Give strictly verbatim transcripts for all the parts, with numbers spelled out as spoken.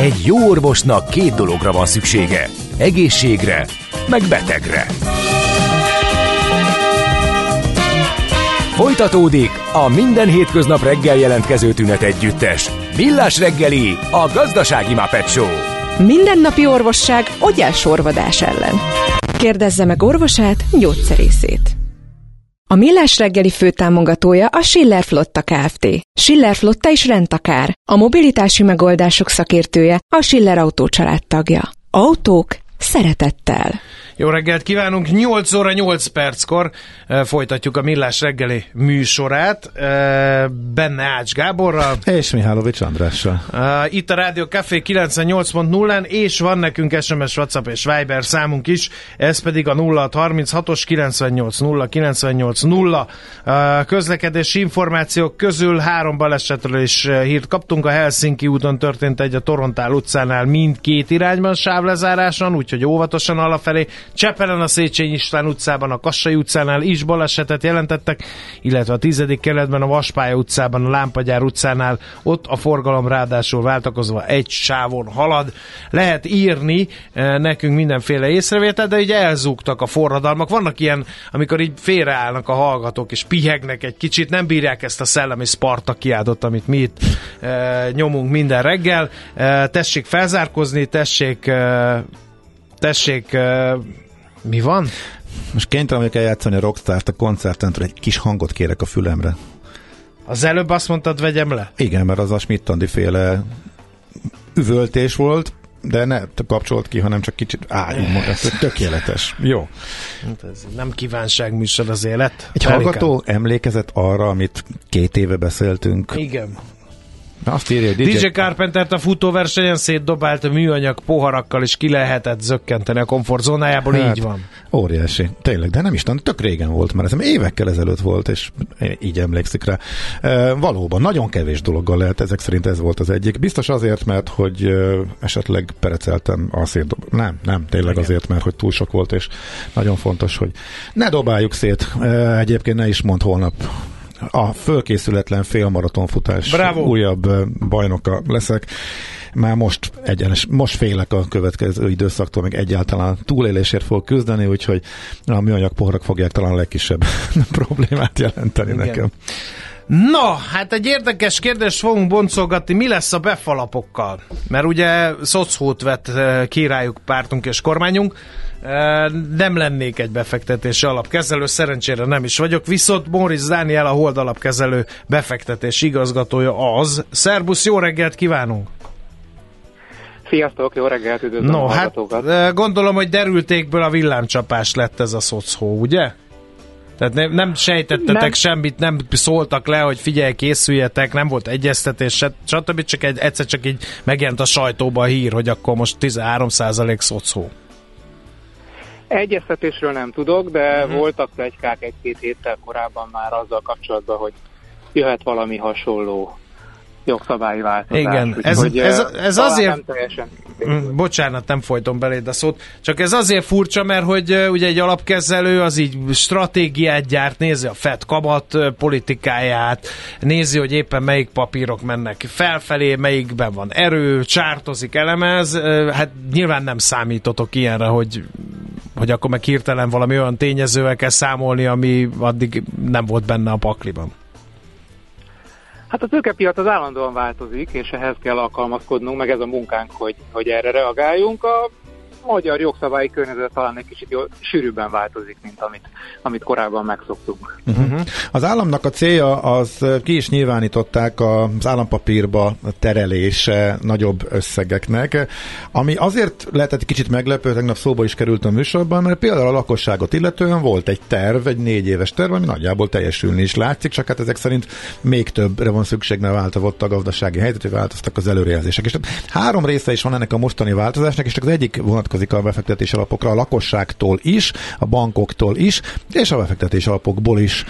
Egy jó orvosnak két dologra van szüksége. Egészségre, meg betegre. Folytatódik a minden hétköznap reggel jelentkező tünet együttes. Millás reggeli, a gazdasági Muppet Show. Mindennapi orvosság ogyásorvadás ellen. Kérdezze meg orvosát, gyógyszerészét. A Millás reggeli főtámogatója a Schiller Flotta Kft. Schiller Flotta is rendtakár. A mobilitási megoldások szakértője, a Schiller Autó család tagja. Autók szeretettel. Jó reggelt kívánunk, nyolc óra nyolc perckor folytatjuk a Millás reggeli műsorát, benne Ács Gáborral. És Mihálovics Andrással. Itt a Rádió Café kilencvennyolc pont nullán, és van nekünk es em es, WhatsApp és Viber számunk is, ez pedig a nulla hat harminchatos kilencvennyolc nulla kilencvennyolc nulla. Közlekedési információk közül három balesetről is hírt kaptunk. A Helsinki úton történt egy, a Torontál utcánál mindkét irányban sávlezáráson, úgyhogy óvatosan alafelé. Csepelen a Széchenyi István utcában, a Kassai utcánál is balesetet jelentettek, illetve a tizedik kerületben a Vaspálya utcában, a Lámpagyár utcánál, ott a forgalom ráadásul váltakozva egy sávon halad. Lehet írni e, nekünk mindenféle észrevétel, de így elzúgtak a forradalmak. Vannak ilyen, amikor így félreállnak a hallgatók, és pihegnek egy kicsit, nem bírják ezt a szellemi Spartakiádot, amit mi itt e, nyomunk minden reggel. E, tessék felzárkozni, tessék e, Tessék, uh, mi van? Most kénytelen vagyok eljátszani a Rockstart a koncerten, egy kis hangot kérek a fülemre. Az előbb azt mondtad, vegyem le? Igen, mert az a Schmidt-Andi féle üvöltés volt, de ne kapcsolt ki, hanem csak kicsit, á, így mondom, ez tökéletes. Jó. Ez nem kívánságműsor az élet. Egy hallgató emlékezett arra, amit két éve beszéltünk. Igen. Azt írja, dé dzsé Carpentert a futóversenyen szétdobált a műanyag poharakkal, és ki lehetett zökkenteni a komfortzónájából, hát, így van. Óriási, tényleg, de nem is tudom, tök régen volt már, ez évekkel ezelőtt volt, és így emlékszik rá. E, valóban, nagyon kevés dologgal lehet, ezek szerint ez volt az egyik. Biztos azért, mert hogy e, esetleg pereceltem a szétdob... Nem, nem, tényleg igen. Azért, mert hogy túl sok volt, és nagyon fontos, hogy ne dobáljuk szét. E, egyébként ne is mondd holnap a fölkészületlen félmaratonfutás Bravo. Újabb bajnoka leszek. Már most egyenes, most félek a következő időszaktól, meg egyáltalán túlélésért fog küzdeni, úgyhogy a műanyag poharak fogják talán a legkisebb problémát jelenteni. Igen. Nekem. Na, hát egy érdekes kérdést fogunk boncolgatni, mi lesz a befalapokkal? Mert ugye szocót vett királyuk pártunk és kormányunk, nem lennék egy befektetési alapkezelő, szerencsére nem is vagyok, viszont Móricz Dániel, a Hold alapkezelő befektetési igazgatója az. Szerbusz, jó reggelt kívánunk! Sziasztok, jó reggelt, üdvözlöm no, a hallgatókat! Hát gondolom, hogy derültékből a villámcsapás lett ez a szocó, ugye? Tehát nem, nem sejtettetek nem. semmit, nem szóltak le, hogy figyelj, készüljetek, nem volt egyeztetés, stb. Csak egy, egyszer csak így megjelent a sajtóba a hír, hogy akkor most tizenhárom százalék szocó. Egyeztetésről nem tudok, de uh-huh. voltak pletykák egy-két héttel korábban már azzal kapcsolatban, hogy jöhet valami hasonló jogszabályi változás. Igen, ez, hogy, ez, ez azért... Nem teljesen... Bocsánat, nem folytom beléd a szót, csak ez azért furcsa, mert hogy ugye egy alapkezelő az így stratégiát gyárt, nézi a Fed kamat politikáját, nézi, hogy éppen melyik papírok mennek felfelé, melyikben van erő, csártozik, elemez, hát nyilván nem számítotok ilyenre, hogy, hogy akkor meg hirtelen valami olyan tényezővel kell számolni, ami addig nem volt benne a pakliban. Hát a tőkepiac az állandóan változik, és ehhez kell alkalmazkodnunk, meg ez a munkánk, hogy, hogy erre reagáljunk. A magyar jogszabályi környezet talán egy kicsit jól, sűrűbben változik, mint amit, amit korábban megszoktunk. Uh-huh. Az államnak a célja, az ki is nyilvánították az állampapírba terelése nagyobb összegeknek, ami azért lehetett kicsit meglepő, tegnap szóba is került a műsorban, mert például a lakosságot illetően volt egy terv, egy négy éves terv, ami nagyjából teljesülni is látszik, csak hát ezek szerint még többre van szükség, mert változott a gazdasági helyzet, hogy változtak az előrejelzések. És három része is van ennek a mostani változásnak, és csak az egyik vonatkozik a befektetési alapokra, a lakosságtól is, a bankoktól is, és a befektetési alapokból is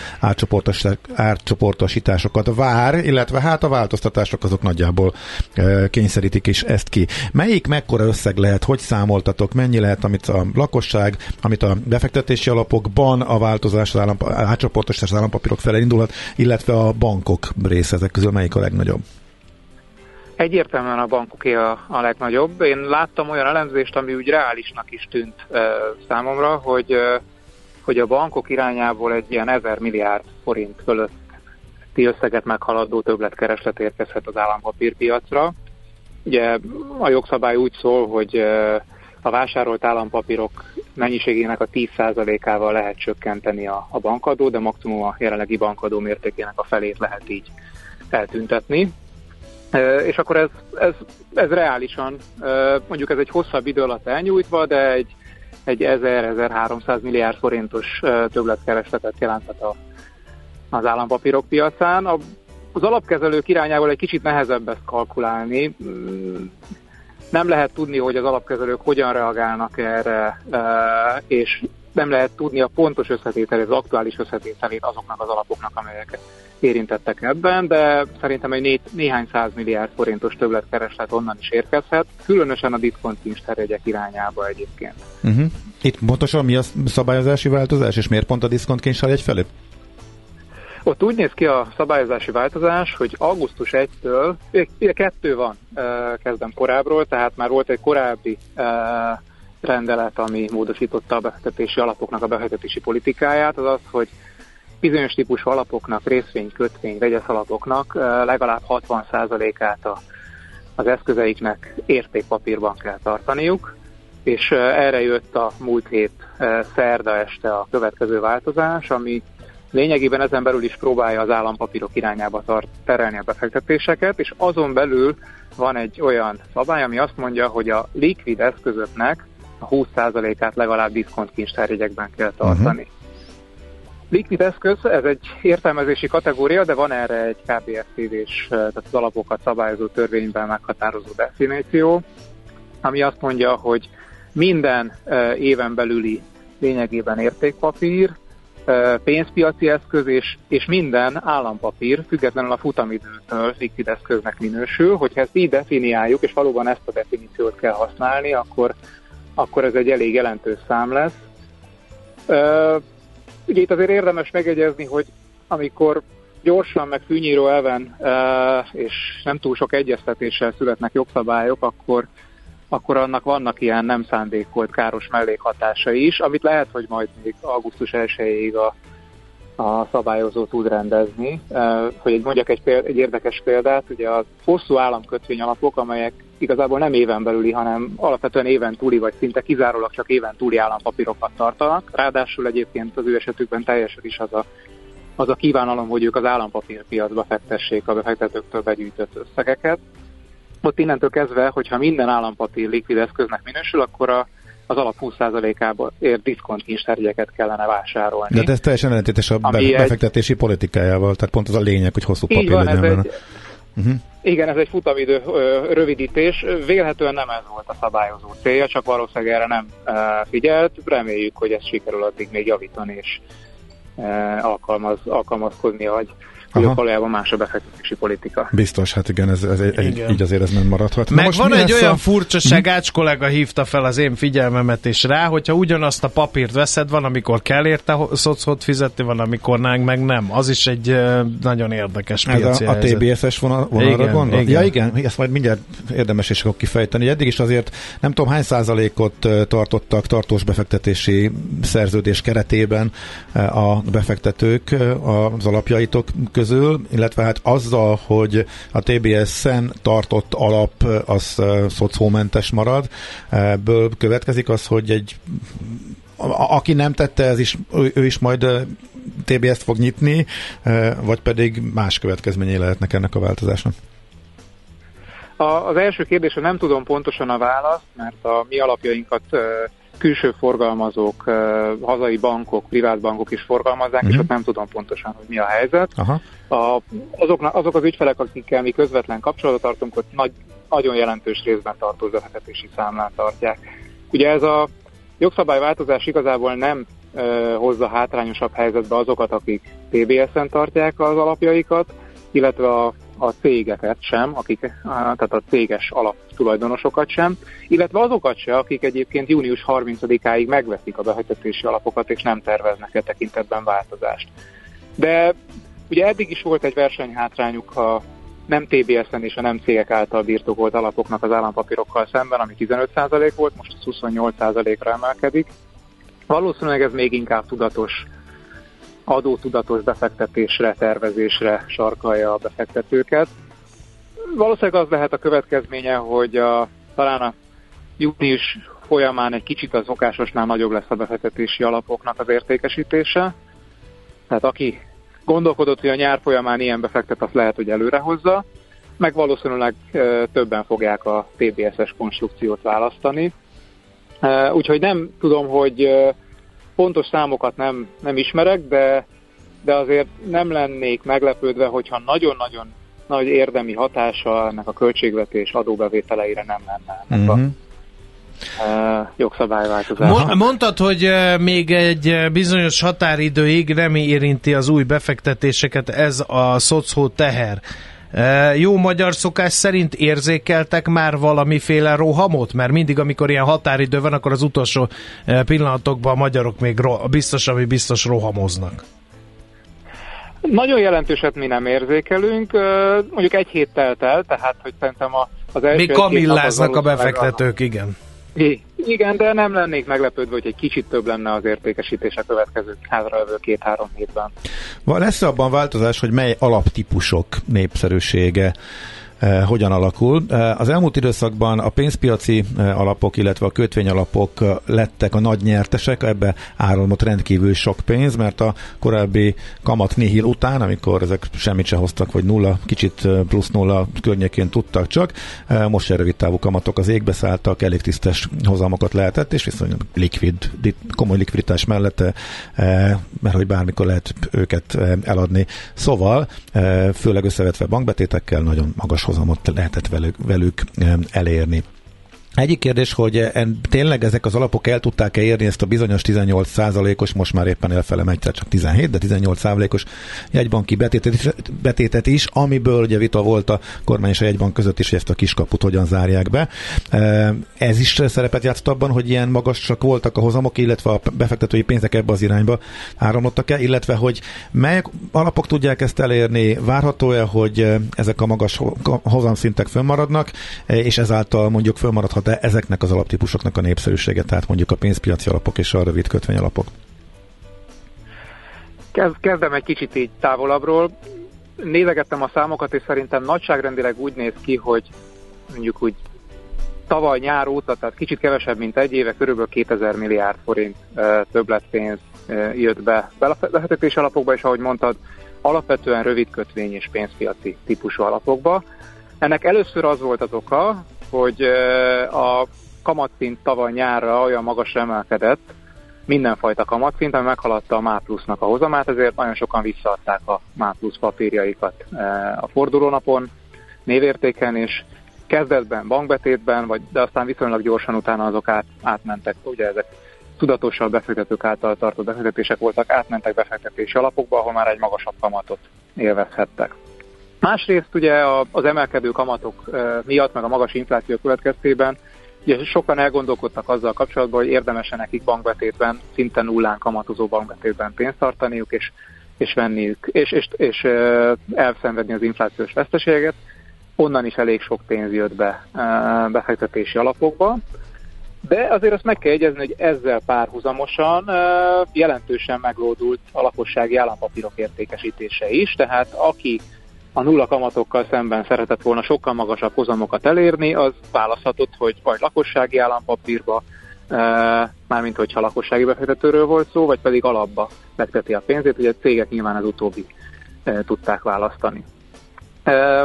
átcsoportosításokat vár, illetve hát a változtatások azok nagyjából e, kényszerítik is ezt ki. Melyik mekkora összeg lehet, hogy számoltatok, mennyi lehet, amit a lakosság, amit a befektetési alapokban a változás, az állampa, átcsoportosítás az állampapírok felé indulhat, illetve a bankok része ezek közül melyik a legnagyobb? Egyértelműen a bankoké a, a legnagyobb. Én láttam olyan elemzést, ami úgy reálisnak is tűnt e, számomra, hogy, e, hogy a bankok irányából egy ilyen ezer milliárd forint fölötti összeget meghaladó többletkereslet érkezhet az állampapírpiacra. Ugye a jogszabály úgy szól, hogy e, a vásárolt állampapírok mennyiségének a tíz százalékával lehet csökkenteni a, a bankadó, de maximum a jelenlegi bankadó mértékének a felét lehet így eltüntetni. És akkor ez, ez, ez reálisan, mondjuk ez egy hosszabb idő alatt elnyújtva, de egy, egy ezer-ezerháromszáz milliárd forintos többletkeresletet jelenthet a, az állampapírok piacán. A, az alapkezelők irányából egy kicsit nehezebb ezt kalkulálni. Nem lehet tudni, hogy az alapkezelők hogyan reagálnak erre, és nem lehet tudni a pontos összetételét, az aktuális összetételét azoknak az alapoknak, amelyek érintettek ebben, de szerintem egy né- néhány száz milliárd forintos többletkereslet onnan is érkezhet, különösen a diszkontkincstárjegyek irányába egyébként. Uh-huh. Itt pontosan mi a szabályozási változás, és miért pont a diszkontkincstárjegy felé? Ott úgy néz ki a szabályozási változás, hogy augusztus elsejétől, kettő van, kezdem korábbról, tehát már volt egy korábbi rendelet, ami módosította a befektetési alapoknak a befektetési politikáját, az az, hogy bizonyos típusú alapoknak, részvény, kötvény, vegyes alapoknak legalább hatvan százalékát a, az eszközeiknek értékpapírban kell tartaniuk, és erre jött a múlt hét szerda este a következő változás, ami lényegében ezen belül is próbálja az állampapírok irányába tart, terelni a befektetéseket, és azon belül van egy olyan szabály, ami azt mondja, hogy a likvid eszközöknek a húsz százalékát legalább diszkontkincstárjegyekben kell tartani. Uh-huh. Likvid eszköz, ez egy értelmezési kategória, de van erre egy ká bé ef té dés, tehát az alapokat szabályozó törvényben meghatározó definíció, ami azt mondja, hogy minden éven belüli lényegében értékpapír, pénzpiaci eszköz és, és minden állampapír, függetlenül a futamidőtől likvid eszköznek minősül. Hogyha ezt így definiáljuk, és valóban ezt a definíciót kell használni, akkor, akkor ez egy elég jelentős szám lesz. Ugye itt azért érdemes megegyezni, hogy amikor gyorsan, meg fűnyíró elven és nem túl sok egyeztetéssel születnek jogszabályok, akkor, akkor annak vannak ilyen nem szándékolt káros mellékhatásai is, amit lehet, hogy majd még augusztus elsejéig a, a szabályozó tud rendezni. Hogy mondjak egy, péld, egy érdekes példát, ugye a hosszú államkötvény alapok, amelyek igazából nem éven belüli, hanem alapvetően éven túli, vagy szinte kizárólag csak éven túli állampapírokat tartanak. Ráadásul egyébként az ő esetükben teljesen is az a, az a kívánalom, hogy ők az állampapírpiacba fektessék a befektetőktől begyűjtött összegeket. Ott innentől kezdve, hogyha minden állampapír likvid eszköznek minősül, akkor a, az alap húsz százalékából ér diszkontkincstárjegyeket kellene vásárolni. De ez teljesen ellentétes a befektetési egy... politikájával, tehát pont az a lényeg, hogy hosszú papír legyen benne. Uh-huh. Igen, ez egy futamidő ö, rövidítés. Vélhetően nem ez volt a szabályozó célja, csak valószínűleg erre nem ö, figyelt. Reméljük, hogy ezt sikerül addig még javítani és ö, alkalmaz, alkalmazkodni, hogy hogy valójában más a befektetési politika. Biztos, hát igen, ez, ez egy, így azért ez nem maradhat. Meg most van egy olyan a... furcsaság, hm? Ács kollega hívta fel az én figyelmemet is rá, hogyha ugyanazt a papírt veszed, van, amikor kell érte szocot fizetni, van, amikor meg nem. Az is egy nagyon érdekes piaci a, a té bé es-es vonal, vonalra gondol? Igen. Ja igen, ezt majd mindjárt érdemes is fogok kifejteni. Eddig is azért nem tudom hány százalékot tartottak tartós befektetési szerződés keretében a befektetők az alapjaitok közül, illetve hát azzal, hogy a té bé es-en tartott alap az uh, szocómentes marad, ebből következik az, hogy egy a, aki nem tette, ez is, ő, ő is majd uh, té bé es-t fog nyitni, uh, vagy pedig más következményei lehetnek ennek a változásnak? A, az első kérdésre nem tudom pontosan a választ, mert a mi alapjainkat uh, külső forgalmazók, uh, hazai bankok, privát bankok is forgalmazzák, uh-huh. és ott nem tudom pontosan, hogy mi a helyzet. Aha. A, azok, azok az ügyfelek, akikkel mi közvetlen kapcsolatot tartunk, ott nagy, nagyon jelentős részben tartós befektetési számlán tartják. Ugye ez a jogszabályváltozás igazából nem uh, hozza hátrányosabb helyzetbe azokat, akik té bé es-en tartják az alapjaikat, illetve a a cégeket sem, akik, tehát a céges alaptulajdonosokat sem, illetve azokat sem, akik egyébként június harmincadikáig megveszik a befektetési alapokat, és nem terveznek e tekintetben változást. De ugye eddig is volt egy versenyhátrányuk a, nem té bé es-en és a nem cégek által birtokolt alapoknak az állampapírokkal szemben, ami tizenöt százalék volt, most az huszonnyolc százalékra emelkedik. Valószínűleg ez még inkább tudatos, adótudatos befektetésre, tervezésre sarkalja a befektetőket. Valószínűleg az lehet a következménye, hogy a, talán a június folyamán egy kicsit az szokásosnál nagyobb lesz a befektetési alapoknak az értékesítése. Tehát aki gondolkodott, hogy a nyár folyamán ilyen befektet, azt lehet, hogy előrehozza, meg valószínűleg e, többen fogják a té bé es-es konstrukciót választani. E, úgyhogy nem tudom, hogy e, pontos számokat nem, nem ismerek, de, de azért nem lennék meglepődve, hogyha nagyon-nagyon nagy érdemi hatása ennek a költségvetés adóbevételeire nem lenne ennek mm-hmm. a Uh, jogszabályváltozás. Mondtad, hogy még egy bizonyos határidőig nem érinti az új befektetéseket ez a szocó teher. Jó magyar szokás szerint érzékeltek már valamiféle rohamot? Mert mindig, amikor ilyen határidő van, akkor az utolsó pillanatokban a magyarok még ro- biztos, ami biztos rohamoznak. Nagyon jelentőset mi nem érzékelünk. Mondjuk egy hét telt el, tehát hogy szerintem az első... Még kamilláznak a befektetők, a... igen. Igen, de nem lennék meglepődve, hogy egy kicsit több lenne az értékesítés a következő hátralévő két-három hétben. Lesz abban változás, hogy mely alaptípusok népszerűsége eh, hogyan alakul. Eh, az elmúlt időszakban a pénzpiaci eh, alapok, illetve a kötvényalapok eh, lettek a nagy nyertesek, ebbe áramlott rendkívül sok pénz, mert a korábbi kamat nihil után, amikor ezek semmit se hoztak, vagy nulla, kicsit plusz nulla környékén tudtak csak, eh, most se rövid távú kamatok az égbe szálltak, elég tisztes hozamokat lehetett, és viszonylag likvid, komoly likviditás mellett, eh, mert hogy bármikor lehet őket eh, eladni. Szóval, eh, főleg összevetve bankbetétekkel nagyon magas hozamot lehetett velük, velük elérni. Egyik kérdés, hogy tényleg ezek az alapok el tudták-e érni ezt a bizonyos tizennyolc százalékos, most már éppen elfele megy, tehát csak tizenhét, de tizennyolc százalékos jegybanki betétet is, betétet is, amiből ugye vita volt a kormány és a jegybank között is, hogy ezt a kiskaput hogyan zárják be. Ez is szerepet játszott abban, hogy ilyen magasak voltak a hozamok, illetve a befektetői pénzek ebbe az irányba áramlottak-e, illetve hogy melyek alapok tudják ezt elérni, várható-e, hogy ezek a magas hozamszintek fönnmaradnak, és ezáltal mondjuk fönnmaradhat de ezeknek az alaptípusoknak a népszerűsége, tehát mondjuk a pénzpiaci alapok és a rövid kötvényalapok? Kezdem egy kicsit így távolabbról. Nézegettem a számokat, és szerintem nagyságrendileg úgy néz ki, hogy mondjuk úgy tavaly nyár óta, tehát kicsit kevesebb, mint egy éve, körülbelül kétezer milliárd forint többletpénz jött be befektetési alapokba, és ahogy mondtad, alapvetően rövid kötvény és pénzpiaci típusú alapokba. Ennek először az volt az oka, hogy a kamatszint tavaly nyárra olyan magasra emelkedett, mindenfajta kamatszint, ami meghaladta a MÁ plusznak a hozamát, ezért nagyon sokan visszaadták a MÁ plusz papírjaikat a fordulónapon, névértéken, és kezdetben bankbetétben, vagy, de aztán viszonylag gyorsan utána azok át, átmentek, ugye ezek tudatosan befektetők által tartott befektetések voltak, átmentek befektetési alapokba, ahol már egy magasabb kamatot élvezhettek. Másrészt ugye az emelkedő kamatok miatt, meg a magas infláció következtében, ugye sokan elgondolkodtak azzal kapcsolatban, hogy érdemesen nekik bankbetétben, szinte nullán kamatozó bankbetétben pénzt tartaniuk, és, és venniük, és, és, és elszenvedni az inflációs veszteséget. Onnan is elég sok pénz jött be befektetési alapokba. De azért azt meg kell jegyezni, hogy ezzel párhuzamosan jelentősen meglódult a lakossági állampapírok értékesítése is, tehát aki a nulla kamatokkal szemben szeretett volna sokkal magasabb hozamokat elérni, az választhatott, hogy vagy lakossági állampapírba, e, mármint hogyha lakossági befektetőről volt szó, vagy pedig alapba fekteti a pénzét, ugye a cégek nyilván az utóbbi e, tudták választani. E,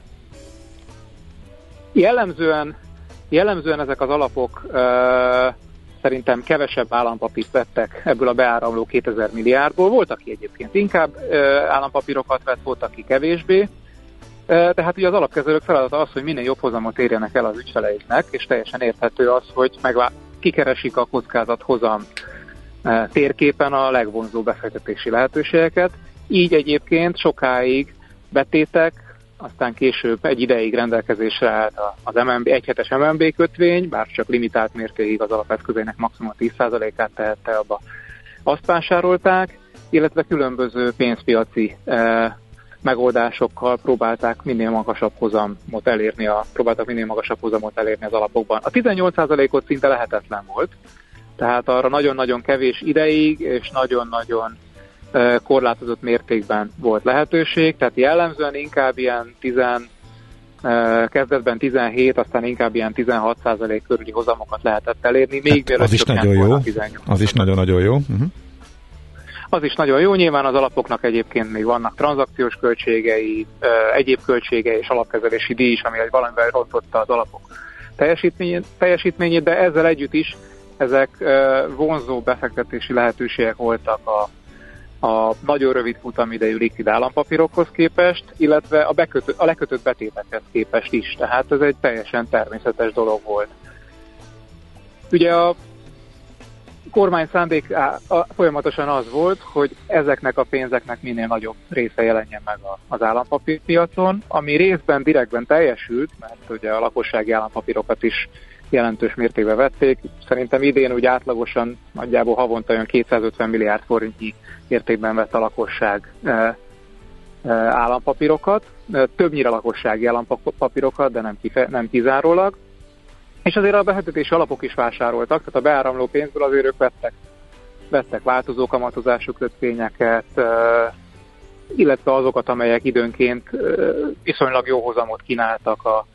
jellemzően, jellemzően ezek az alapok e, szerintem kevesebb állampapírt vettek ebből a beáramló kétezer milliárdból. Volt, aki egyébként inkább e, állampapírokat vett, volt, aki kevésbé. E, tehát ugye az alapkezelők feladata az, hogy minél jobb hozamot érjenek el az ügyfeleiknek, és teljesen érthető az, hogy megvá- kikeresik a kockázat hozam e, térképen a legvonzó befektetési lehetőségeket. Így egyébként sokáig betétek, aztán később egy ideig rendelkezésre állt az em en bé, egyhetes em en bé kötvény, bár csak limitált mértékig az alapeszközének maximum tíz százalékát tehette abba. Azt vásárolták, illetve különböző pénzpiaci e, megoldásokkal próbálták minél magasabb hozamot elérni, a, próbáltak minél magasabb hozamot elérni az alapokban. A tizennyolc százalékot szinte lehetetlen volt, tehát arra nagyon-nagyon kevés ideig és nagyon-nagyon uh, korlátozott mértékben volt lehetőség, tehát jellemzően inkább ilyen tíz, uh, kezdetben tizenhét, aztán inkább ilyen tizenhat százalék körüli hozamokat lehetett elérni. Még hát az is nagyon jó, az is nagyon-nagyon jó. Uh-huh. Az is nagyon jó, nyilván az alapoknak egyébként még vannak tranzakciós költségei, egyéb költségei és alapkezelési díj is, ami valamivel rontotta az alapok teljesítményét, teljesítményét, de ezzel együtt is ezek vonzó befektetési lehetőségek voltak a, a nagyon rövid futamidejű likvid állampapírokhoz képest, illetve a, bekötő, a lekötött betétekhez képest is, tehát ez egy teljesen természetes dolog volt. Ugye a kormány szándék folyamatosan az volt, hogy ezeknek a pénzeknek minél nagyobb része jelenjen meg az állampapírpiacon, ami részben direktben teljesült, mert ugye a lakossági állampapírokat is jelentős mértékben vették. Szerintem idén úgy átlagosan nagyjából havonta olyan kétszázötven milliárd forintnyi értékben vett a lakosság állampapírokat, többnyire lakossági állampapírokat, de nem, kife- nem kizárólag. És azért a befektetési alapok is vásároltak, tehát a beáramló pénzből azért ők vettek, vettek változó kamatozású kötvényeket, illetve azokat, amelyek időnként viszonylag jó hozamot kínáltak a,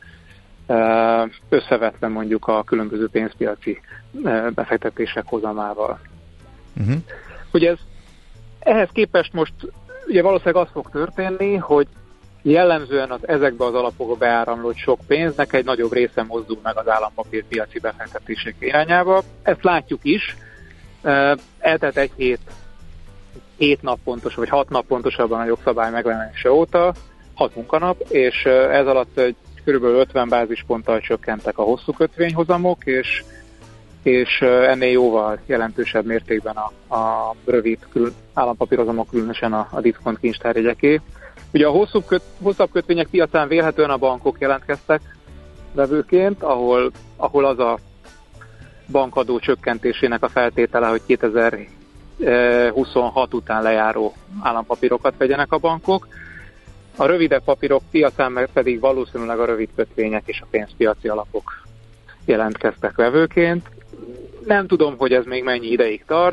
összevetve mondjuk a különböző pénzpiaci befektetések hozamával. Uh-huh. Ugye ez, ehhez képest most ugye valószínűleg az fog történni, hogy jellemzően az ezekbe az alapokba beáramlott sok pénznek egy nagyobb része mozdul meg az állampapírpiaci befektetések irányába. Ezt látjuk is. Eltelt egy hét, hét nap pontos, vagy hat nap pontosabban a jogszabály megjelenése óta, hat munkanap, és ez alatt egy kb. ötven bázisponttal csökkentek a hosszú kötvényhozamok, és, és ennél jóval jelentősebb mértékben a, a rövid külön, állampapírhozamok, különösen a, a diszkont kincstárjegyeké. Ugye a hosszú köt, hosszabb kötvények piacán vélhetően a bankok jelentkeztek vevőként, ahol, ahol az a bankadó csökkentésének a feltétele, hogy kétezer-huszonhat után lejáró állampapírokat vegyenek a bankok. A rövidebb papírok piacán meg pedig valószínűleg a rövid kötvények és a pénzpiaci alapok jelentkeztek vevőként. Nem tudom, hogy ez még mennyi ideig tart.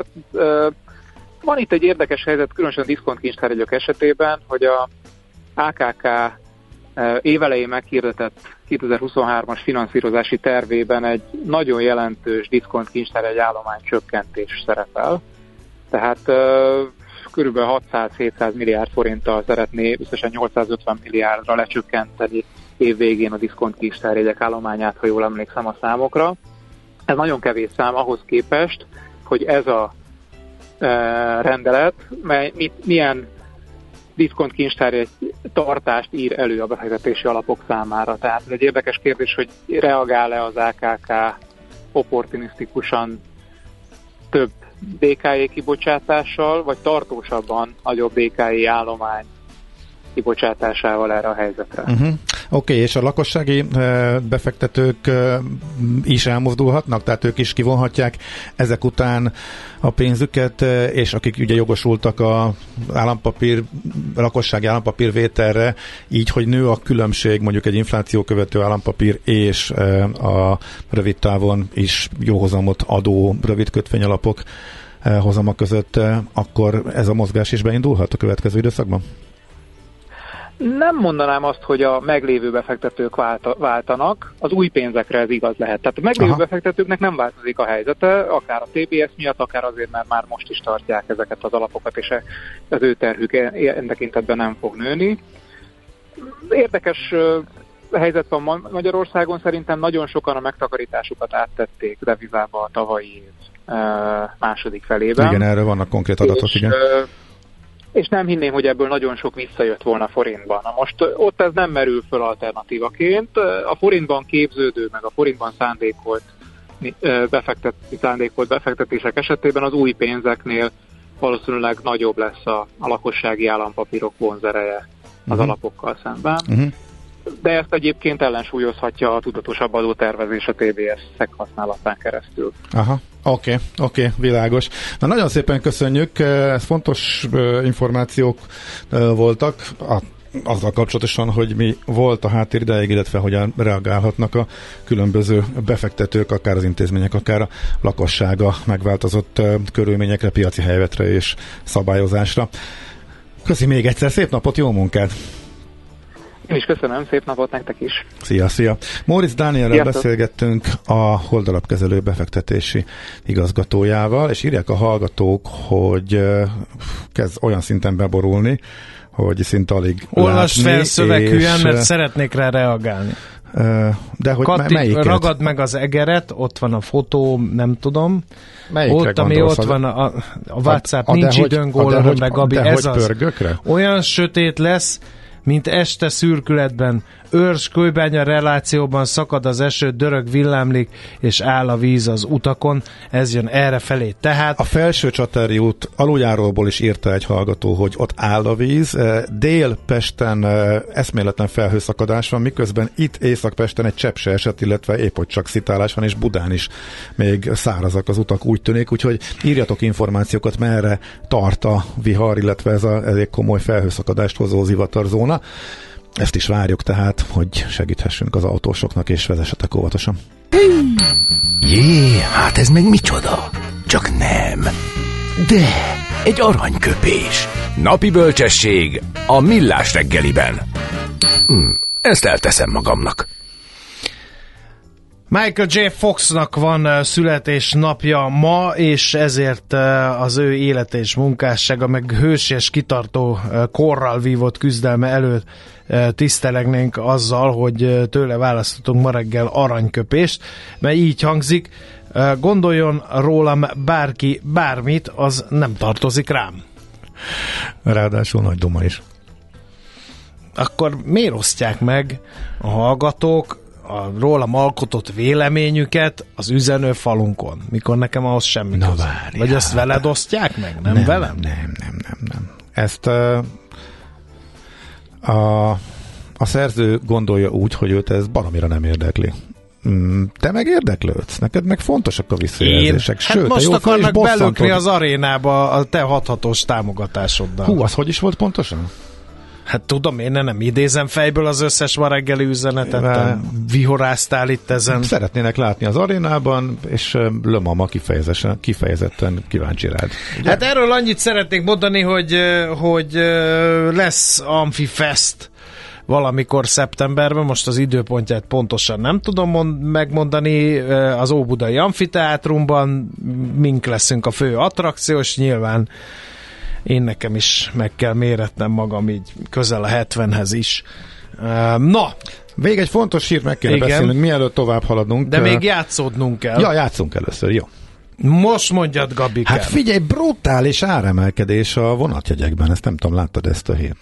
Van itt egy érdekes helyzet, különösen a diszkontkincstárgyak esetében, hogy a á ká ká évelején meghirdetett kétezer-huszonhármas finanszírozási tervében egy nagyon jelentős diszkontkincstárgy állomány csökkentés szerepel. Tehát kb. hatszáz-hétszáz milliárd forinttal szeretné összesen nyolcszázötven milliárdra lecsökkenteni év végén a diszkontkincstárjegyek állományát, ha jól emlékszem a számokra. Ez nagyon kevés szám ahhoz képest, hogy ez a rendelet, mely mit, milyen diszkontkincstárjegy tartást ír elő a befektetési alapok számára. Tehát ez egy érdekes kérdés, hogy reagál-e az á ká ká opportunisztikusan több dé ká é kibocsátással, vagy tartósabban nagyobb dé ká é állomány kibocsátásával erre a helyzetre. Uh-huh. Oké, okay, és a lakossági befektetők is elmozdulhatnak, tehát ők is kivonhatják ezek után a pénzüket, és akik ugye jogosultak a állampapír, a lakossági állampapír vételre, így, hogy nő a különbség mondjuk egy infláció követő állampapír és a rövid távon is jó hozamot adó rövid kötvényalapok hozama között, akkor ez a mozgás is beindulhat a következő időszakban? Nem mondanám azt, hogy a meglévő befektetők váltanak, az új pénzekre ez igaz lehet. Tehát a meglévő Aha. befektetőknek nem változik a helyzete, akár a té bé es miatt, akár azért, mert már most is tartják ezeket az alapokat, és az ő terhük ilyen tekintetben nem fog nőni. Érdekes helyzet van Magyarországon, szerintem nagyon sokan a megtakarításukat áttették devizába a tavalyi év második felében. Igen, erre vannak konkrét adatok, és, igen. És nem hinném, hogy ebből nagyon sok visszajött volna forintban. Na most ott ez nem merül föl alternatívaként. A forintban képződő, meg a forintban szándékolt, befektet, szándékolt befektetések esetében az új pénzeknél valószínűleg nagyobb lesz a, a lakossági állampapírok vonzereje az uh-huh. alapokkal szemben. Uh-huh. De ezt egyébként ellensúlyozhatja a tudatosabb adótervezés a té bé es-ek használatán keresztül. Aha, oké, okay, oké, okay, világos. Na, nagyon szépen köszönjük, ez fontos információk voltak. A azzal kapcsolatosan, hogy mi volt a háttér ideig, illetve hogyan reagálhatnak a különböző befektetők, akár az intézmények, akár a lakossága megváltozott uh, körülményekre, piaci helyzetre és szabályozásra. Köszi még egyszer, szép napot, jó munkát! Én is köszönöm, szép napot nektek is! Szia, szia! Móricz Dániellel beszélgettünk a Holdalapkezelő befektetési igazgatójával, és írják a hallgatók, hogy uh, kezd olyan szinten beborulni, hogy szinte alig Olvasd fel szöveghűen, és, mert szeretnék rá reagálni. De hogy Kati, melyiket? Ragad meg az egeret, ott van a fotó, nem tudom. Melyikre ott, ami gondolsz? ott van a, a WhatsApp, a, a nincs időn gólörömre, Gabi, de ez hogy az. Pörgökre? Olyan sötét lesz, mint este szürkületben. Őrs-Kőbánya relációban szakad az eső, dörög villámlik, és áll a víz az utakon. Ez jön erre felé. Tehát... A Felső Csatári út aluljáróból is írta egy hallgató, hogy ott áll a víz. Dél-Pesten eszméletlen felhőszakadás van, miközben itt Észak-Pesten egy csepp se esett, illetve épp hogy csak szitálás van, és Budán is még szárazak az utak, úgy tűnik. Úgyhogy írjatok információkat, merre tart a vihar, illetve ez a elég komoly felhőszakadást hozó zivatarzóna. Ezt is várjuk tehát, hogy segíthessünk az autósoknak, és vezessetek óvatosan. Jé, hát ez meg micsoda? Csak nem. De, egy aranyköpés. Napi bölcsesség a Millás reggeliben. Hm, ezt elteszem magamnak. Michael J. Foxnak van születésnapja ma, és ezért az ő élete és munkássága, meg hősies, kitartó, korral vívott küzdelme előtt tisztelegnénk azzal, hogy tőle választottunk ma reggel aranyköpést, mert így hangzik: gondoljon rólam bárki bármit, az nem tartozik rám. Ráadásul nagy duma is. Akkor miért osztják meg a hallgatók a rólam alkotott véleményüket az üzenőfalunkon, mikor nekem ahhoz semmi Na köze? várjál. Vagy ezt veled osztják meg, nem, nem velem? Nem, nem, nem, nem. Ezt uh, a, a szerző gondolja úgy, hogy őt ez baromira nem érdekli. Te meg érdeklődsz, neked meg fontosak a visszajelzések. Hát Sőt, most akarnak belökni az az... arénába a te hathatós támogatásoddal. Hú, az hogy is volt pontosan? Hát tudom, én nem idézem fejből az összes ma reggeli üzenetet, te vihoráztál itt ezen. Szeretnének látni az arénában, és Le Mama kifejezetten, kifejezetten kíváncsi rád. Ugye? Hát erről annyit szeretnék mondani, hogy, hogy lesz Amfifest valamikor szeptemberben, most az időpontját pontosan nem tudom mond, megmondani, az Óbudai Amfiteátrumban mink leszünk a fő attrakció, és nyilván én nekem is meg kell méretnem magam így közel a hetvenhez is. Na! Még egy fontos hírt meg kéne Igen. beszélnünk, mielőtt tovább haladunk. De még játszódnunk kell. Ja, játszunk először, jó. Most mondjad, Gabikám. Hát figyelj, brutális áremelkedés a vonatjegyekben, ezt nem tudom, láttad ezt a hírt?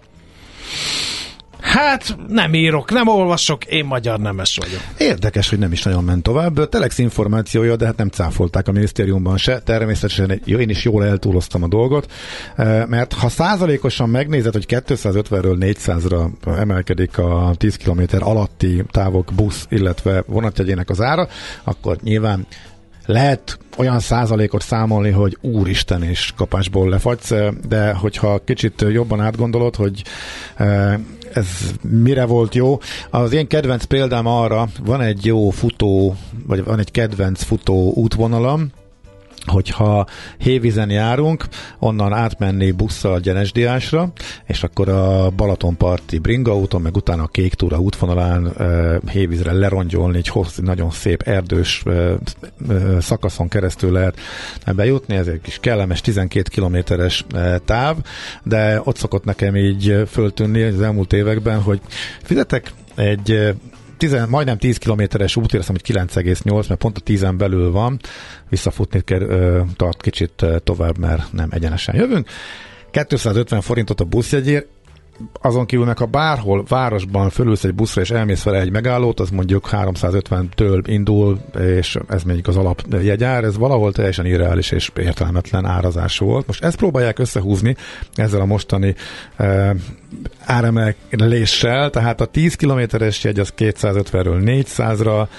Hát nem írok, nem olvasok, én magyar nemes vagyok. Érdekes, hogy nem is nagyon ment tovább. Telex információja, de hát nem cáfolták a minisztériumban se. Természetesen jó, én is jól eltúloztam a dolgot, mert ha százalékosan megnézed, hogy kétszázötvenről négyszázra emelkedik a tíz kilométer alatti távok busz, illetve vonatjegyének az ára, akkor nyilván lehet olyan százalékot számolni, hogy úristen, és kapásból lefagysz, de hogyha kicsit jobban átgondolod, hogy ez mire volt jó. Az én kedvenc példám arra, van egy jó futó, vagy van egy kedvenc futó útvonalam, hogyha Hévízen járunk, onnan átmenni busszal Gyenesdiásra, és akkor a Balatonparti Bringa úton, meg utána a Kék túra útvonalán uh, Hévízre lerongyolni, egy hosszú, nagyon szép erdős uh, uh, szakaszon keresztül lehet bejutni, ez egy kis kellemes tizenkét kilométeres uh, táv, de ott szokott nekem így föltűnni az elmúlt években, hogy fizetek egy uh, Tizen, majdnem tíz kilométeres útért, azt hiszem, hogy kilenc egész nyolc, mert pont a tízen belül van, visszafutni kell, ö, tart kicsit ö, tovább, mert nem egyenesen jövünk. kétszázötven forintot a buszjegyért, azon kívül meg ha bárhol városban fölülsz egy buszra és elmész vele egy megállót, az mondjuk háromszázötventől indul, és ez mondjuk az alapjegyár, ez valahol teljesen irreális és értelmetlen árazás volt. Most ezt próbálják összehúzni ezzel a mostani uh, áremeléssel, tehát a tíz kilométeres jegy az kétszázötvenről négyszázra,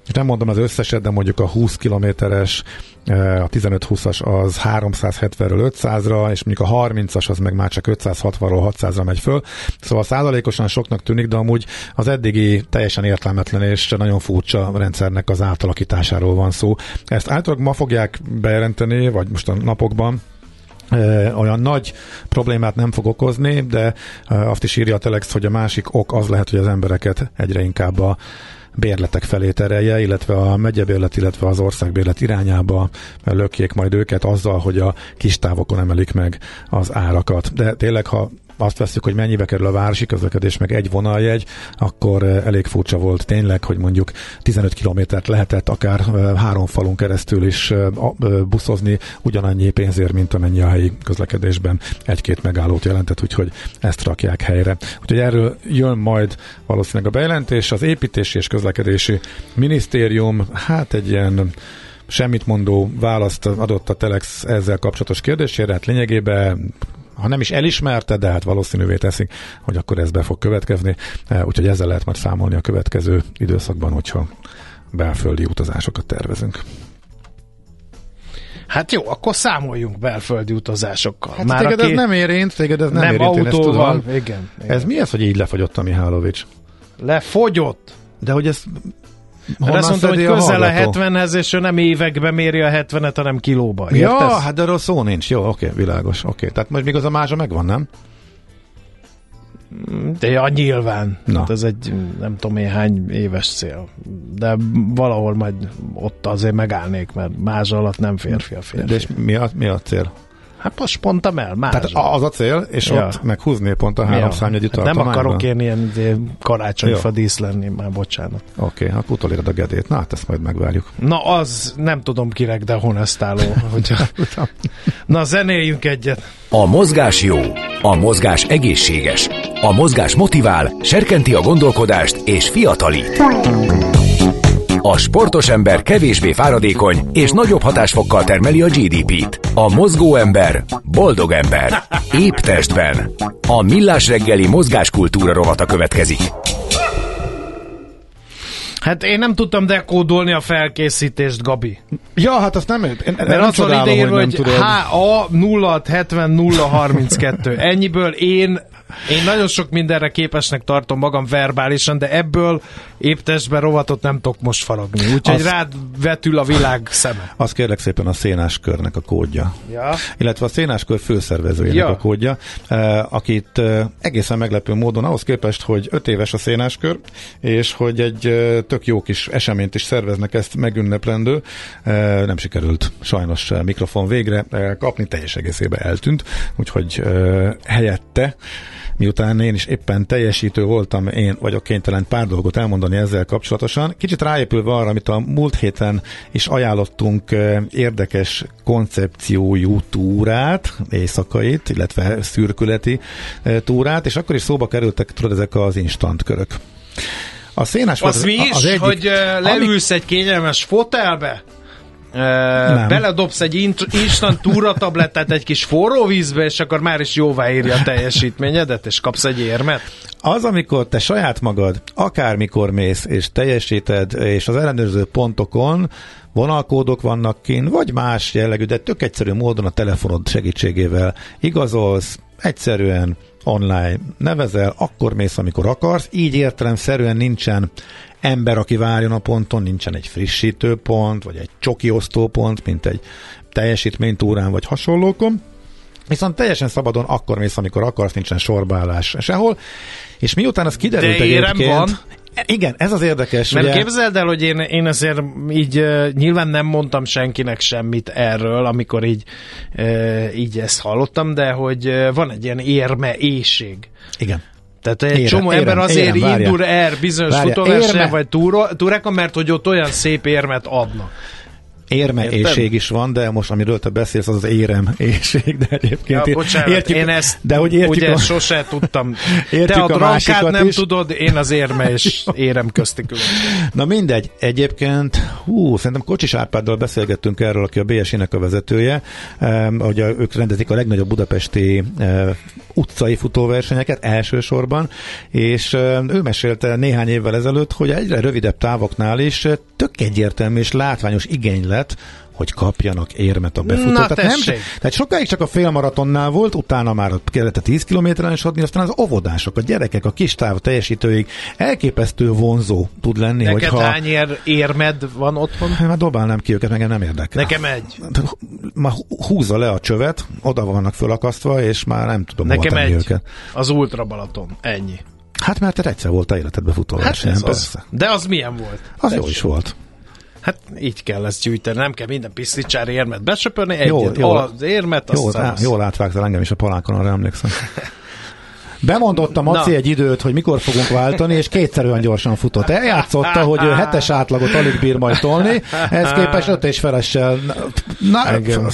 nem mondom az összeset, de mondjuk a húsz kilométeres, a tizenöt húszas az háromszázhetvenről ötszázra, és mondjuk a harmincas az meg már csak ötszázhatvanról hatszázra megy föl. Szóval százalékosan soknak tűnik, de amúgy az eddigi teljesen értelmetlen és nagyon furcsa rendszernek az átalakításáról van szó. Ezt általában ma fogják bejelenteni, vagy most a napokban, olyan nagy problémát nem fog okozni, de azt is írja a Telex, hogy a másik ok az lehet, hogy az embereket egyre inkább a bérletek felé terelje, illetve a megyebérlet, illetve az országbérlet irányába lökjék majd őket azzal, hogy a kis távokon emelik meg az árakat. De tényleg, ha azt veszük, hogy mennyibe kerül a városi közlekedés, meg egy vonaljegy, akkor elég furcsa volt tényleg, hogy mondjuk tizenöt kilométert lehetett akár három falun keresztül is buszozni ugyanannyi pénzért, mint amennyi a helyi közlekedésben egy-két megállót jelentett, úgyhogy ezt rakják helyre. Úgyhogy erről jön majd valószínűleg a bejelentés. Az építési és közlekedési minisztérium, hát egy ilyen semmit mondó választ adott a Telex ezzel kapcsolatos kérdésére, hát lényegében ha nem is elismerte, de hát valószínűvé teszik, hogy akkor ez be fog következni, úgyhogy ezzel lehet majd számolni a következő időszakban, hogyha belföldi utazásokat tervezünk. Hát jó, akkor számoljunk belföldi utazásokkal. Hát Már téged aki... ez nem érint, téged ez nem, nem érint, autóval, igen, igen. Ez mi ez, hogy így lefagyott a Mihálovics? Lefogyott? De hogy ez... Honnan azt mondtam, hogy közel a hetvenhez, és ő nem években méri a hetvenet, hanem kilóba. Értesz? Ja, hát de arról szó nincs. Jó, oké, világos. Oké. Tehát most még az a mázsa megvan, nem? De ja, nyilván. Hát ez egy nem tudom én hány éves cél. De valahol majd ott azért megállnék, mert mázsa alatt nem férfi a férfi. De és mi a, mi a cél? Hát most mondtam el, mázsa. Tehát az a cél, és ja. ott meghúzni pont a három ja. számjegyű tartományban. Nem akarok én ilyen karácsonyfa dísz lenni, már bocsánat. Oké, okay, akkor utolérd a gedét. Na, hát ezt majd megvárjuk. Na, az nem tudom kinek, de honestáló. Hogyha... Na, zenéljünk egyet. A mozgás jó, a mozgás egészséges, a mozgás motivál, serkenti a gondolkodást és fiatalít. A sportos ember kevésbé fáradékony és nagyobb hatásfokkal termeli a gé dé pét. A mozgó ember boldog ember. Épp testben. A Millás reggeli mozgáskultúra rovata következik. Hát én nem tudtam dekódolni a felkészítést, Gabi. Ja, hát azt nem... Én, Mert azt van ideírva, hogy, hogy há á nulla hat hetven nulla harminckettő. Ennyiből én... Én nagyon sok mindenre képesnek tartom magam verbálisan, de ebből épp testben rovatot nem tudok most faragni. Úgyhogy az... rád vetül a világ szeme. Az kérlek szépen a Szénás Körnek a kódja. Ja. Illetve a Szénás Kör főszervezőjének ja. a kódja, eh, akit eh, egészen meglepő módon ahhoz képest, hogy öt éves a Szénás Kör, és hogy egy eh, tök jó kis eseményt is szerveznek, ezt megünneplendő. Eh, nem sikerült sajnos eh, mikrofon végre eh, kapni, teljes egészében eltűnt, úgyhogy eh, helyette miután én is éppen teljesítő voltam, én vagyok kénytelen pár dolgot elmondani ezzel kapcsolatosan. Kicsit ráépülve arra, amit a múlt héten is ajánlottunk, érdekes koncepciójú túrát, éjszakait, illetve szürkületi túrát, és akkor is szóba kerültek, tudod, ezek az instant körök. A Szénás az volt, mi is, az egyik, hogy leülsz amik... egy kényelmes fotelbe, Nem. beledobsz egy instant túratablettát egy kis forró vízbe, és akkor már is jóváírja a teljesítményedet, és kapsz egy érmet. Az, amikor te saját magad akármikor mész, és teljesíted, és az ellenőrző pontokon vonalkódok vannak kint, vagy más jellegű, de tök egyszerű módon a telefonod segítségével igazolsz, egyszerűen online nevezel, akkor mész, amikor akarsz, így értelemszerűen nincsen ember, aki várjon a ponton, nincsen egy frissítőpont, vagy egy csokiosztópont, mint egy teljesítménytúrán, vagy hasonlókon. Viszont teljesen szabadon akkor mész, amikor akarsz, nincsen sorbálás sehol. És miután az kiderült de egyébként... van. Igen, ez az érdekes. Mert ugye... képzeld el, hogy én, én azért így uh, nyilván nem mondtam senkinek semmit erről, amikor így, uh, így ezt hallottam, de hogy uh, van egy ilyen érme-éjség. Igen. Tehát egy érem, csomó érem, ember azért érem, indul el bizonyos futóversenyen vagy túrákon, mert hogy ott olyan szép érmet adnak. Érme-éjség is van, de most amiről te beszélsz, az az érem-éjség, de egyébként ja, bocsánat, értjük, én ezt de hogy értjük ugye a... sose tudtam. Te a, a drankát nem is tudod, én az érme és érem közti különböző. Na mindegy, egyébként hú, szerintem Kocsis Árpáddal beszélgettünk erről, aki a bé es i-nek a vezetője, um, hogy ők rendezik a legnagyobb budapesti uh, utcai futóversenyeket elsősorban, és uh, ő mesélte néhány évvel ezelőtt, hogy egyre rövidebb távoknál is tök egyértelmű és látványos igénylet, hogy kapjanak érmet a befutók. Na, tehát, nem, tehát sokáig csak a félmaratonnál volt, utána már kellett a tíz kilométeren is adni, aztán az óvodások, a gyerekek, a kis táv teljesítőig elképesztő vonzó tud lenni. Neked hogyha... hány ér, érmed van otthon? Hát dobálnám ki őket, meg nem érdekel. Nekem egy. Már húzza le a csövet, oda vannak fölakasztva, és már nem tudom Nekem egy. Őket. Az Ultra Balaton. Ennyi. Hát mert te egyszer volt a életedbe futóverseny. Hát az, de az milyen volt? Az jó is volt. Hát így kell ezt gyűjteni, nem kell minden piszlicsár érmet besöpörni, egyet jó, jó, az érmet, jó, á, jól átvágtál engem is a palánkon, arra emlékszem. Bemondotta Maci Na. egy időt, hogy mikor fogunk váltani, és kétszer olyan gyorsan futott. Eljátszotta, hogy ő hetes átlagot alig bír majd tolni, ehhez képest öt és felessel. Na,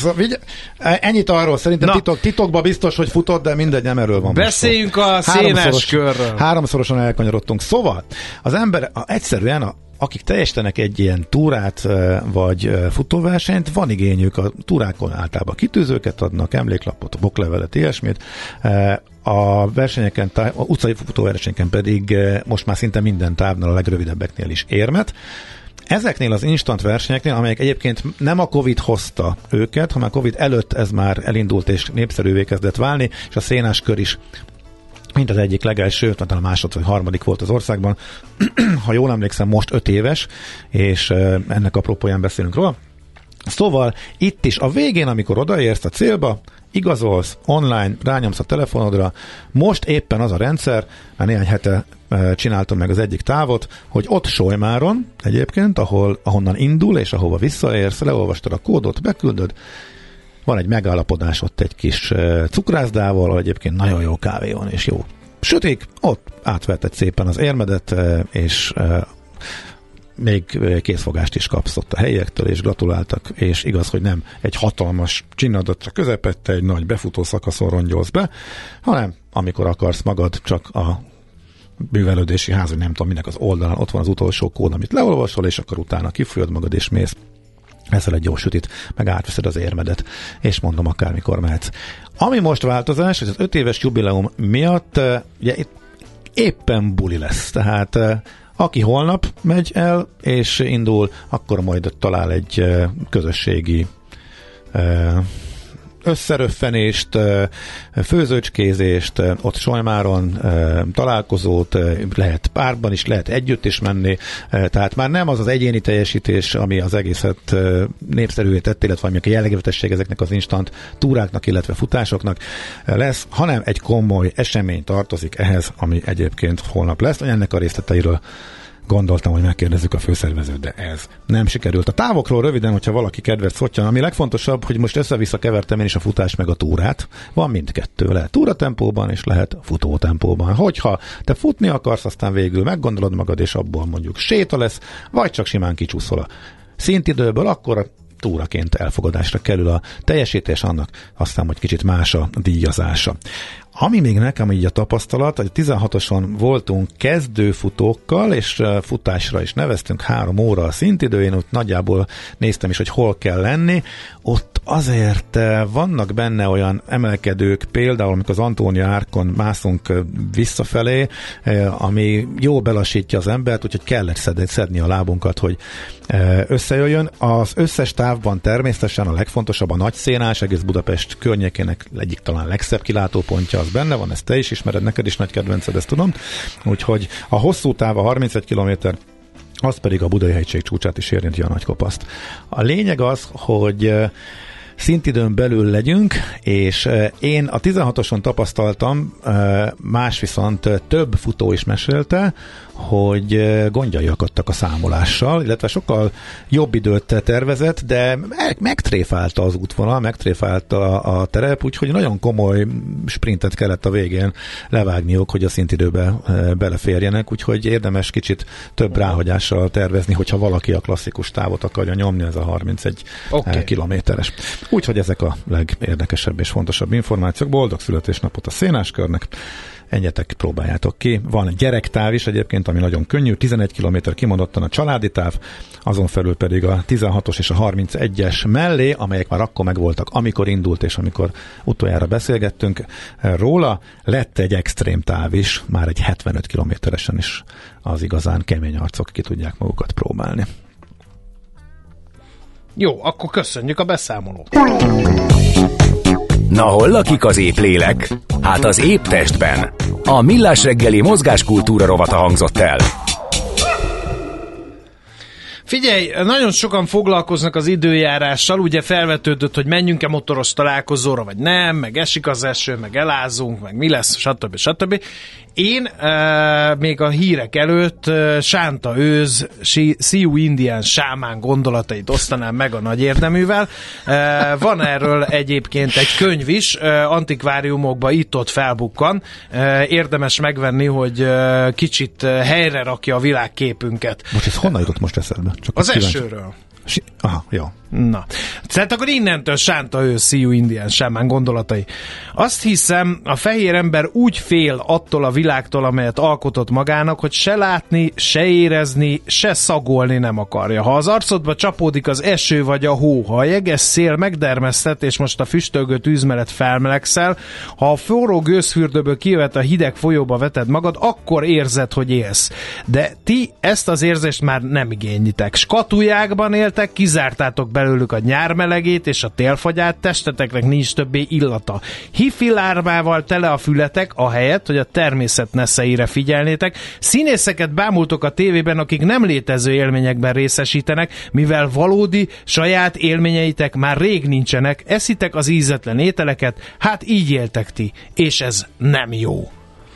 ennyit arról, szerintem titok, titokban biztos, hogy futott, de mindegy, nem erről van. Beszéljünk a szénes körről. Háromszorosan elkanyarodtunk. Szóval az ember a, egyszerűen a akik teljesítenek egy ilyen túrát vagy futóversenyt, van igényük a túrákon általában kitűzőket adnak, emléklapot, boklevelet, ilyesmit. A versenyeken, a utcai futóversenyeken pedig most már szinte minden távnál, a legrövidebbeknél is érmet. Ezeknél az instant versenyeknél, amelyek egyébként nem a Covid hozta őket, hanem a Covid előtt ez már elindult és népszerűvé kezdett válni, és a szénás kör is mint az egyik legelső, tehát a másod vagy harmadik volt az országban. Ha jól emlékszem, most öt éves, és ennek apropóján beszélünk róla. Szóval itt is a végén, amikor odaérsz a célba, igazolsz, online, rányomsz a telefonodra. Most éppen az a rendszer, már néhány hete csináltam meg az egyik távot, hogy ott Solymáron egyébként, ahol, ahonnan indul, és ahova visszaérsz, leolvastad a kódot, beküldöd, van egy megállapodás ott egy kis cukrászdával, ahol egyébként nagyon jó kávé van, és jó sütik, ott átvetted szépen az érmedet, és még készfogást is kapsz ott a helyiektől, és gratuláltak, és igaz, hogy nem egy hatalmas csinadatra közepette, egy nagy befutó szakaszon rongyolsz be, hanem amikor akarsz magad csak a művelődési ház, hogy nem tudom, minek az oldalán, ott van az utolsó kód, amit leolvasol, és akkor utána kifújod magad, és mész. Ezzel egy jó sütit, meg átveszed az érmedet, és mondom, akármikor mehetsz. Ami most változás, ez az öt éves jubileum miatt ugye itt éppen buli lesz, tehát aki holnap megy el, és indul, akkor majd talál egy közösségi összeröffenést, főzőcskézést, ott Solymáron találkozót, lehet párban is, lehet együtt is menni, tehát már nem az az egyéni teljesítés, ami az egészet népszerűvé tett, illetve ami a jellegzetesség ezeknek az instant túráknak, illetve futásoknak lesz, hanem egy komoly esemény tartozik ehhez, ami egyébként holnap lesz, ennek a részleteiről gondoltam, hogy megkérdezzük a főszervezőt, de ez nem sikerült. A távokról röviden, hogyha valaki kedvet szotjan, ami legfontosabb, hogy most össze-vissza kevertem én is a futás meg a túrát. Van mindkettő. Lehet túratempóban, és lehet futótempóban. Hogyha te futni akarsz, aztán végül meggondolod magad, és abból mondjuk séta lesz, vagy csak simán kicsúszol a szintidőből, akkor a túraként elfogadásra kerül a teljesítés, annak aztán, hogy kicsit más a díjazása. Ami még nekem így a tapasztalat, hogy tizenhatoson voltunk kezdőfutókkal, és futásra is neveztünk három óra a szintidő, én ott nagyjából néztem is, hogy hol kell lenni. Ott azért vannak benne olyan emelkedők, például amikor az Antónia árkon mászunk visszafelé, ami jó belassítja az embert, úgyhogy kellett szedni a lábunkat, hogy összejöjjön. Az összes távban természetesen a legfontosabb a Nagyszénás, egész Budapest környékének egyik talán legszebb kilátópontja, az benne van, ezt te is ismered, neked is nagy kedvenced, ezt tudom. Úgyhogy a hosszú táv, a harmincegy kilométer, az pedig a Budai hegység csúcsát is érinti a Nagykopaszt. A lényeg az, hogy szintidőn belül legyünk, és én a tizenhatoson tapasztaltam, más viszont több futó is mesélte, hogy gondjai akadtak a számolással, illetve sokkal jobb időt tervezett, de megtréfálta az útvonal, megtréfálta a terep, úgyhogy nagyon komoly sprintet kellett a végén levágniuk, hogy a szintidőbe beleférjenek, úgyhogy érdemes kicsit több ráhagyással tervezni, hogyha valaki a klasszikus távot akarja nyomni, ez a harmincegy okay. kilométeres. Úgyhogy ezek a legérdekesebb és fontosabb információk. Boldog születésnapot a Szénáskörnek! Ennyetek, próbáljátok ki. Van gyerektáv is egyébként, ami nagyon könnyű, tizenegy kilométer kimondottan a családi táv, azon felül pedig a tizenhatos és a harmincegyes mellé, amelyek már akkor megvoltak, amikor indult és amikor utoljára beszélgettünk róla, lett egy extrém táv is, már egy hetvenöt kilométeresen is az igazán kemény arcok ki tudják magukat próbálni. Jó, akkor köszönjük a beszámolót. Na, hol lakik az épp lélek? Hát az épp testben. A Millás reggeli mozgáskultúra rovata hangzott el. Figyelj, nagyon sokan foglalkoznak az időjárással, ugye felvetődött, hogy menjünk-e motoros találkozóra, vagy nem, meg esik az eső, meg elázunk, meg mi lesz, stb. stb. Én e, még a hírek előtt e, Sánta Őz, Sioux Indian sámán gondolatait osztanám meg a nagy érdeművel. E, van erről egyébként egy könyv is, e, antikváriumokban itt-ott felbukkan. E, érdemes megvenni, hogy e, kicsit helyre rakja a világképünket. Most ez honnan jutott most eszedbe? Csak az kíváncsi. esőről. Aha, jó. Na, tehát akkor innentől Sánta Őz, Sioux Indian sámán gondolatai. Azt hiszem, a fehér ember úgy fél attól a világtól, amelyet alkotott magának, hogy se látni, se érezni, se szagolni nem akarja. Ha az arcodba csapódik az eső vagy a hó, ha a jeges szél megdermesztett, és most a füstölgő tűz mellett felmelegszel, ha a forró gőzfürdőből kijövet a hideg folyóba veted magad, akkor érzed, hogy élsz. De ti ezt az érzést már nem igénylitek. Skatujákban éltek, kizártátok belőlük a nyár melegét és a télfagyát, testeteknek nincs többé illata. Hifi lármával tele a fületek, ahelyett, hogy a természet neszeire figyelnétek. Színészeket bámultok a tévében, akik nem létező élményekben részesítenek, mivel valódi, saját élményeitek már rég nincsenek, eszitek az ízetlen ételeket, hát így éltek ti, és ez nem jó.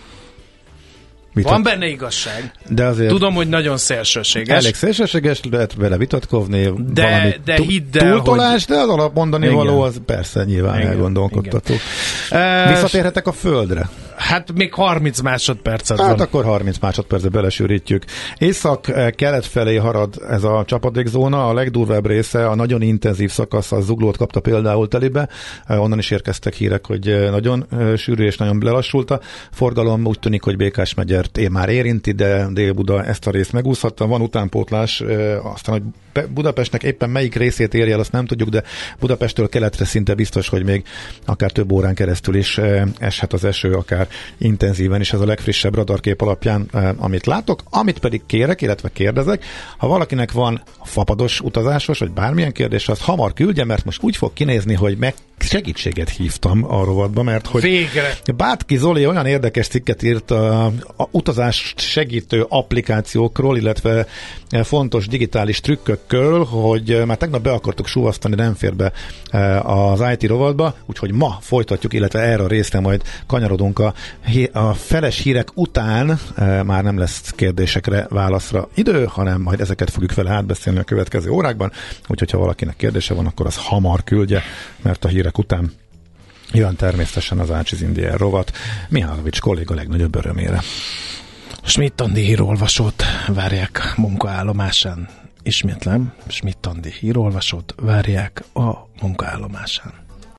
Vitat... Van benne igazság. De azért tudom, hogy nagyon szélsőséges. Elég szélsőséges, lehet vele vitatkozni, de, valami de hidd el, túltolás, hogy... de az alapmondani igen. való, az persze nyilván igen, elgondolkodtató. Igen. Visszatérhetek a földre? Hát még harminc másodpercet hát van. Hát akkor harminc másodpercre belesűrítjük. Észak-kelet felé harad ez a csapadékzóna, a legdurvább része, a nagyon intenzív szakasz, a Zuglót kapta például telibe, onnan is érkeztek hírek, hogy nagyon sűrű és nagyon lelassult a forgalom, úgy tűnik, hogy Békás megyert én már érinti, de Dél-Buda ezt a részt megúszhatta, van utánpótlás, aztán, hogy Budapestnek éppen melyik részét érje el, azt nem tudjuk, de Budapesttől keletre szinte biztos, hogy még akár több órán keresztül is eshet az eső, akár intenzíven is, ez a legfrissebb radarkép alapján, amit látok. Amit pedig kérek, illetve kérdezek, ha valakinek van fapados utazásos, vagy bármilyen kérdés, azt hamar küldje, mert most úgy fog kinézni, hogy meg segítséget hívtam a rovatba, mert hogy végre. Bátki Zoli olyan érdekes cikket írt a, a utazást segítő applikációkról, illetve fontos digitális trükkök, hogy már tegnap be akartuk súvasztani, nem fér be az i té rovatba, úgyhogy ma folytatjuk, illetve erre a részre majd kanyarodunk a, a feles hírek után, már nem lesz kérdésekre, válaszra idő, hanem majd ezeket fogjuk vele átbeszélni a következő órákban, úgyhogy ha valakinek kérdése van, akkor az hamar küldje, mert a hírek után jön természetesen az Ácsiz Indián rovat. Mihálovics kolléga legnagyobb örömére. Schmidt-Andi hírolvasót várják munkaállomásán. Ismétlem, Schmidt-Andi hírolvasót várják a munkaállomásán.